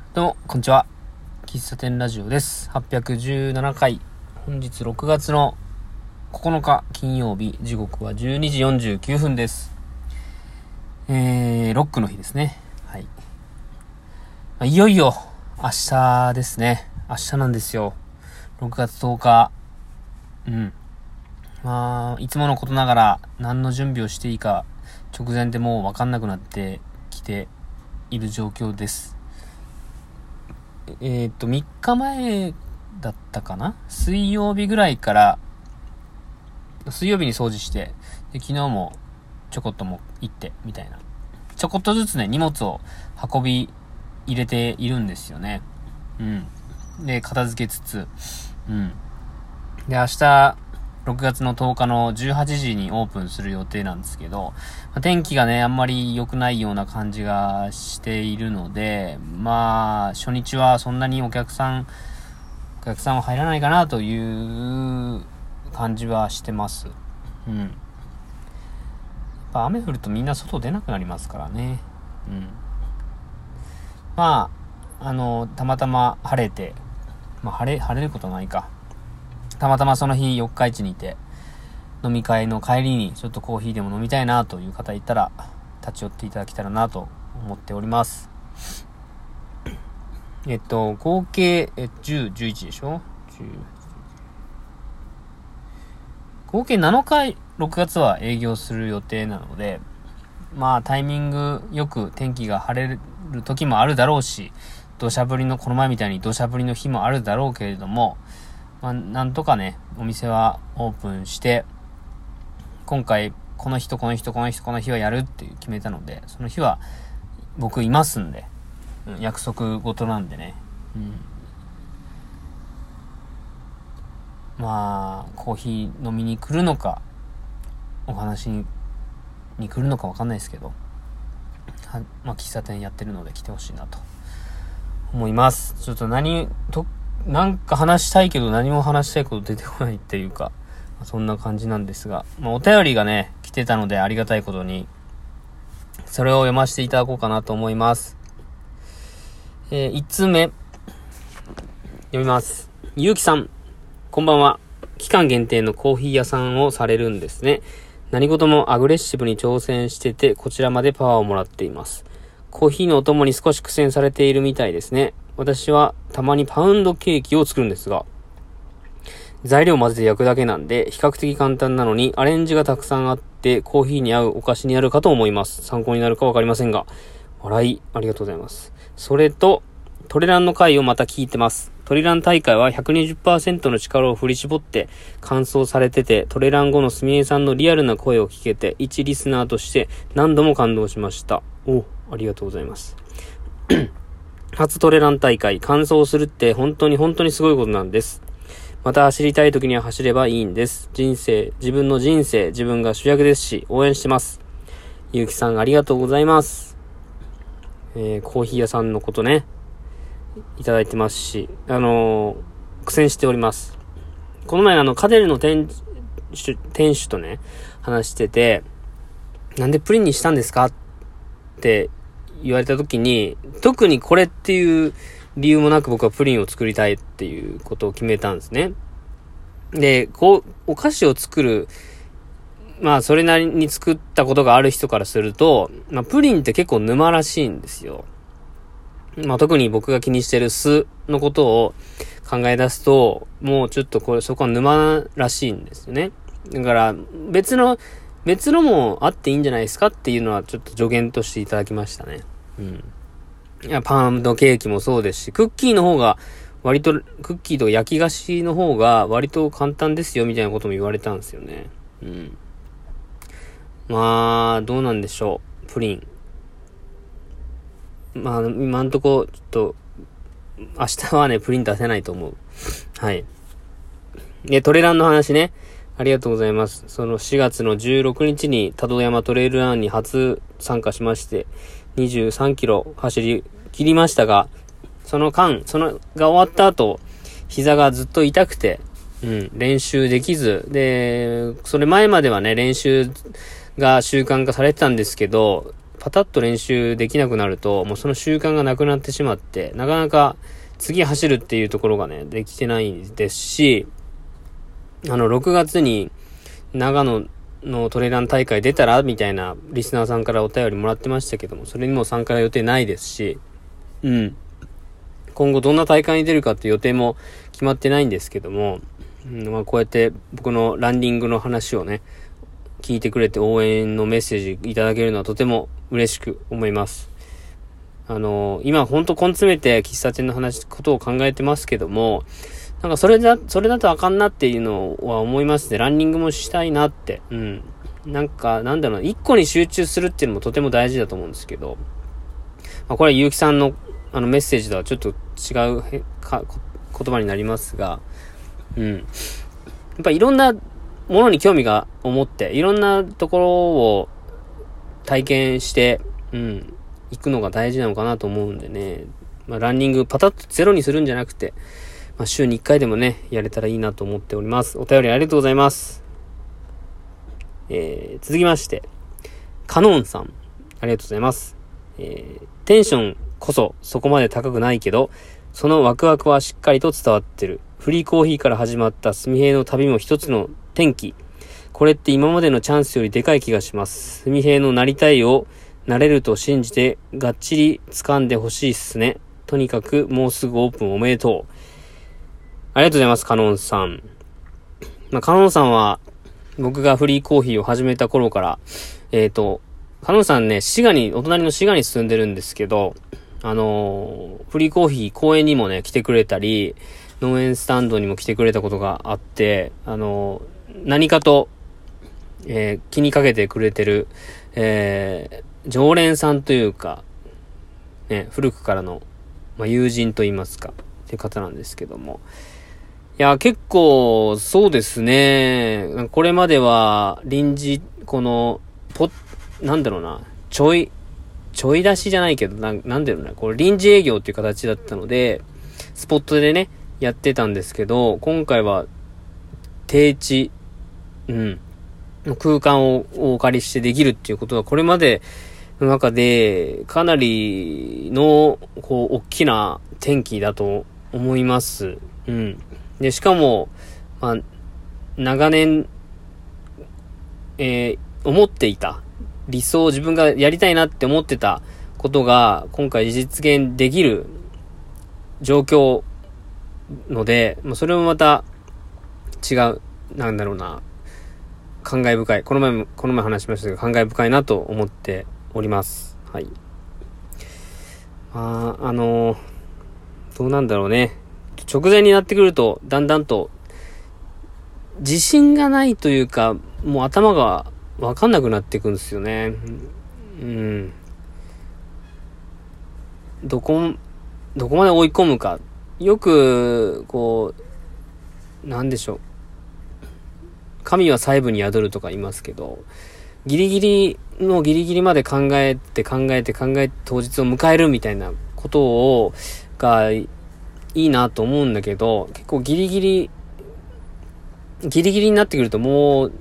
どうも、こんにちは。喫茶店ラジオです。817回。本日6月の9日金曜日、時刻は12時49分です。ロックの日ですね。はい。いよいよ、明日ですね。明日なんですよ。6月10日。いつものことながら何の準備をしていいか直前でもう分かんなくなってきている状況です。3日前だったかな？水曜日ぐらいから、水曜日に掃除して、で、昨日もちょこっとも行って、みたいな。ちょこっとずつね、荷物を運び入れているんですよね。で、片付けつつ、で、明日、6月の10日の18時にオープンする予定なんですけど、天気がね、あんまり良くないような感じがしているので、初日はそんなにお客さんは入らないかなという感じはしてます。やっぱ雨降るとみんな外出なくなりますからね。たまたま晴れて、晴れることないか。たまたまその日四日市にいて、飲み会の帰りにちょっとコーヒーでも飲みたいなという方いたら、立ち寄っていただけたらなと思っております。合計、10、11でしょ？ 合計7日、6月は営業する予定なので、タイミングよく天気が晴れる時もあるだろうし、この前みたいに土砂降りの日もあるだろうけれども、なんとかね、お店はオープンして、今回、この日はやるって決めたので、その日は僕いますんで、約束事なんでね。コーヒー飲みに来るのか、お話に来るのかわかんないですけど、喫茶店やってるので来てほしいなと思います。ちょっとなんか話したいけど何も話したいこと出てこないっていうか、そんな感じなんですが、お便りがね、来てたのでありがたいことに、それを読ませていただこうかなと思います。1通目、読みます。ゆうきさん、こんばんは。期間限定のコーヒー屋さんをされるんですね。何事もアグレッシブに挑戦してて、こちらまでパワーをもらっています。コーヒーのお供に少し苦戦されているみたいですね。私はたまにパウンドケーキを作るんですが、材料を混ぜて焼くだけなんで比較的簡単なのにアレンジがたくさんあってコーヒーに合うお菓子になるかと思います。参考になるかわかりませんが、笑いありがとうございます。それとトレランの回をまた聞いてます。トレラン大会は 120% の力を振り絞って完走されてて、トレラン後のすみえさんのリアルな声を聞けて、一リスナーとして何度も感動しました。ありがとうございます。初トレラン大会、完走するって本当にすごいことなんです。また走りたい時には走ればいいんです。自分の人生、自分が主役ですし、応援してます。ゆうきさんありがとうございます。コーヒー屋さんのことね、いただいてますし、苦戦しております。この前カデルの店主とね、話してて、なんでプリンにしたんですかって言われた時に、特にこれっていう理由もなく僕はプリンを作りたいっていうことを決めたんですね。で、お菓子を作る、それなりに作ったことがある人からすると、プリンって結構沼らしいんですよ。特に僕が気にしてる酢のことを考え出すと、もうちょっとそこは沼らしいんですよね。だから別のもあっていいんじゃないですかっていうのはちょっと助言としていただきましたね。パウンドケーキもそうですし、クッキーと焼き菓子の方が割と簡単ですよみたいなことも言われたんですよね。どうなんでしょう。プリン。今んとこちょっと明日はねプリン出せないと思う。はい。で、トレランの話ね、ありがとうございます。その4月の16日に多度山トレイルランに初参加しまして、23キロ走り切りましたが、そのが終わった後、膝がずっと痛くて、練習できず、で、それ前まではね、練習が習慣化されてたんですけど、 パタッと練習できなくなると、もうその習慣がなくなってしまって、なかなか次走るっていうところがね、できてないですし、6月に長野のトレラン大会出たらみたいなリスナーさんからお便りもらってましたけども、それにも参加予定ないですし、今後どんな大会に出るかって予定も決まってないんですけども、こうやって僕のランニングの話をね、聞いてくれて応援のメッセージいただけるのはとても嬉しく思います。今ほんと根詰めて喫茶店のことを考えてますけども、なんかそれだとあかんなっていうのは思いますね。ランニングもしたいなって。なんか、一個に集中するっていうのもとても大事だと思うんですけど、これは結城さんのメッセージとはちょっと違う言葉になりますが、やっぱいろんなものに興味が思って、いろんなところを体験して、行くのが大事なのかなと思うんでね。ランニングパタッとゼロにするんじゃなくて、週に1回でもね、やれたらいいなと思っております。お便りありがとうございます。続きまして、カノンさん、ありがとうございます。テンションこそそこまで高くないけど、そのワクワクはしっかりと伝わってる。フリーコーヒーから始まったすみへいの旅も一つの転機。これって今までのチャンスよりでかい気がします。すみへいのなりたいをなれると信じてがっちり掴んでほしいっすね。とにかくもうすぐオープンおめでとう。ありがとうございます、カノンさん。カノンさんは僕がフリーコーヒーを始めた頃から、カノンさんね、お隣の滋賀に住んでるんですけど、フリーコーヒー公園にもね、来てくれたり、農園スタンドにも来てくれたことがあって、何かと、気にかけてくれてる、常連さんというか、ね、古くからの、友人と言いますか、っていう方なんですけども。いや、結構、そうですね。これまでは、ちょい出しじゃないけど、これ臨時営業っていう形だったので、スポットでね、やってたんですけど、今回は、定置、空間をお借りしてできるっていうことは、これまでの中で、かなりの、大きな転機だと思います。で、しかも、長年、思っていた理想、自分がやりたいなって思ってたことが、今回実現できる状況ので、それもまた違う、感慨深い。この前話しましたけど、感慨深いなと思っております。はい。どうなんだろうね。直前になってくると、だんだんと、自信がないというか、もう頭がわかんなくなっていくんですよね。どこまで追い込むか。よく、なんでしょう。神は細部に宿るとか言いますけど、ギリギリまで考えて当日を迎えるみたいなことがいいなと思うんだけど、結構ギリギリになってくるともう、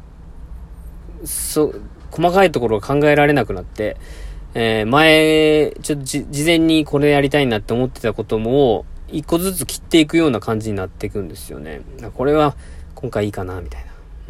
細かいところが考えられなくなって、ちょっと事前にこれやりたいなって思ってたことも、一個ずつ切っていくような感じになっていくんですよね。これは今回いいかなみたい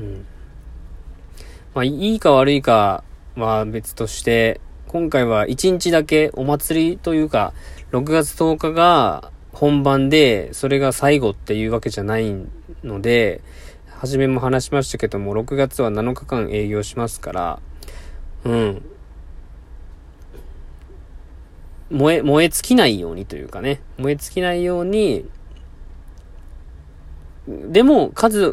な。いいか悪いかは別として、今回は1日だけお祭りというか、6月10日が本番で、それが最後っていうわけじゃないので、初めも話しましたけども、6月は7日間営業しますから、燃え尽きないようにというかね、でも、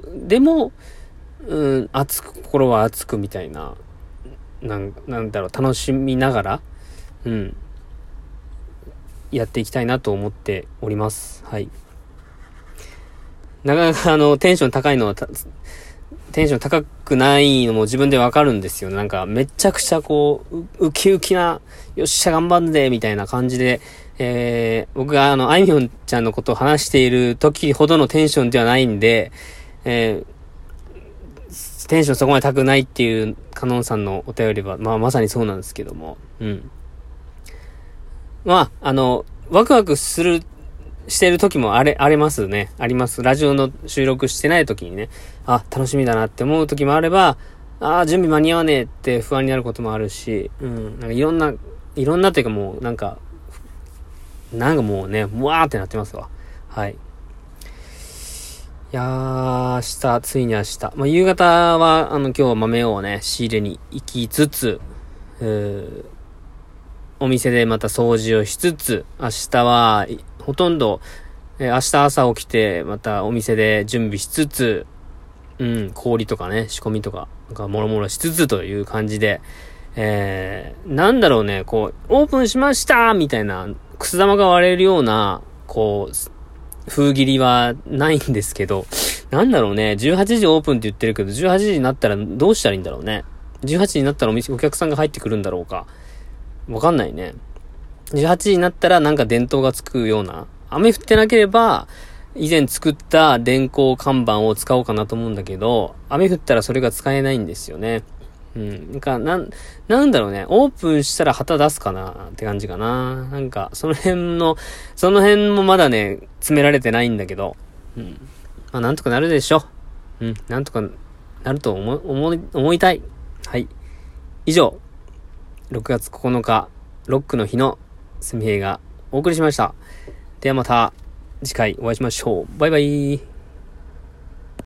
心は熱くみたいな、楽しみながら、やっていきたいなと思っております。はい。なかなかテンション高くないのも自分でわかるんですよ。めちゃくちゃウキウキな、よっしゃ頑張んで、みたいな感じで、僕があいみょんちゃんのことを話している時ほどのテンションではないんで、 テンションそこまで高くないっていうカノンさんのお便りは、まさにそうなんですけども。ワクワクしてる時もありますね。あります。ラジオの収録してない時にね、楽しみだなって思う時もあれば、準備間に合わねえって不安になることもあるし、なんかいろんなっていうかもう、なんかもうね、うわーってなってますわ。はい。いやー、ついに明日。夕方は、今日は豆をね、仕入れに行きつつ、お店でまた掃除をしつつ、明日は、ほとんど、明日朝起きて、またお店で準備しつつ、氷とかね、仕込みとか、もろもろしつつという感じで、なんだろうね、こう、オープンしましたみたいな、くす玉が割れるような、こう、封切りはないんですけど、なんだろうね、18時オープンって言ってるけど、18時になったらどうしたらいいんだろうね。18時になったらお客さんが入ってくるんだろうか。わかんないね。18時になったらなんか電灯がつくような。雨降ってなければ、以前作った電光看板を使おうかなと思うんだけど、雨降ったらそれが使えないんですよね。なんだろうね、オープンしたら旗出すかなって感じかな。なんか、その辺もまだね、詰められてないんだけど、なんとかなるでしょ。なんとかなると思いたい。はい。以上、6月9日、ロックの日のすみへいがお送りしました。ではまた次回お会いしましょう。バイバイ。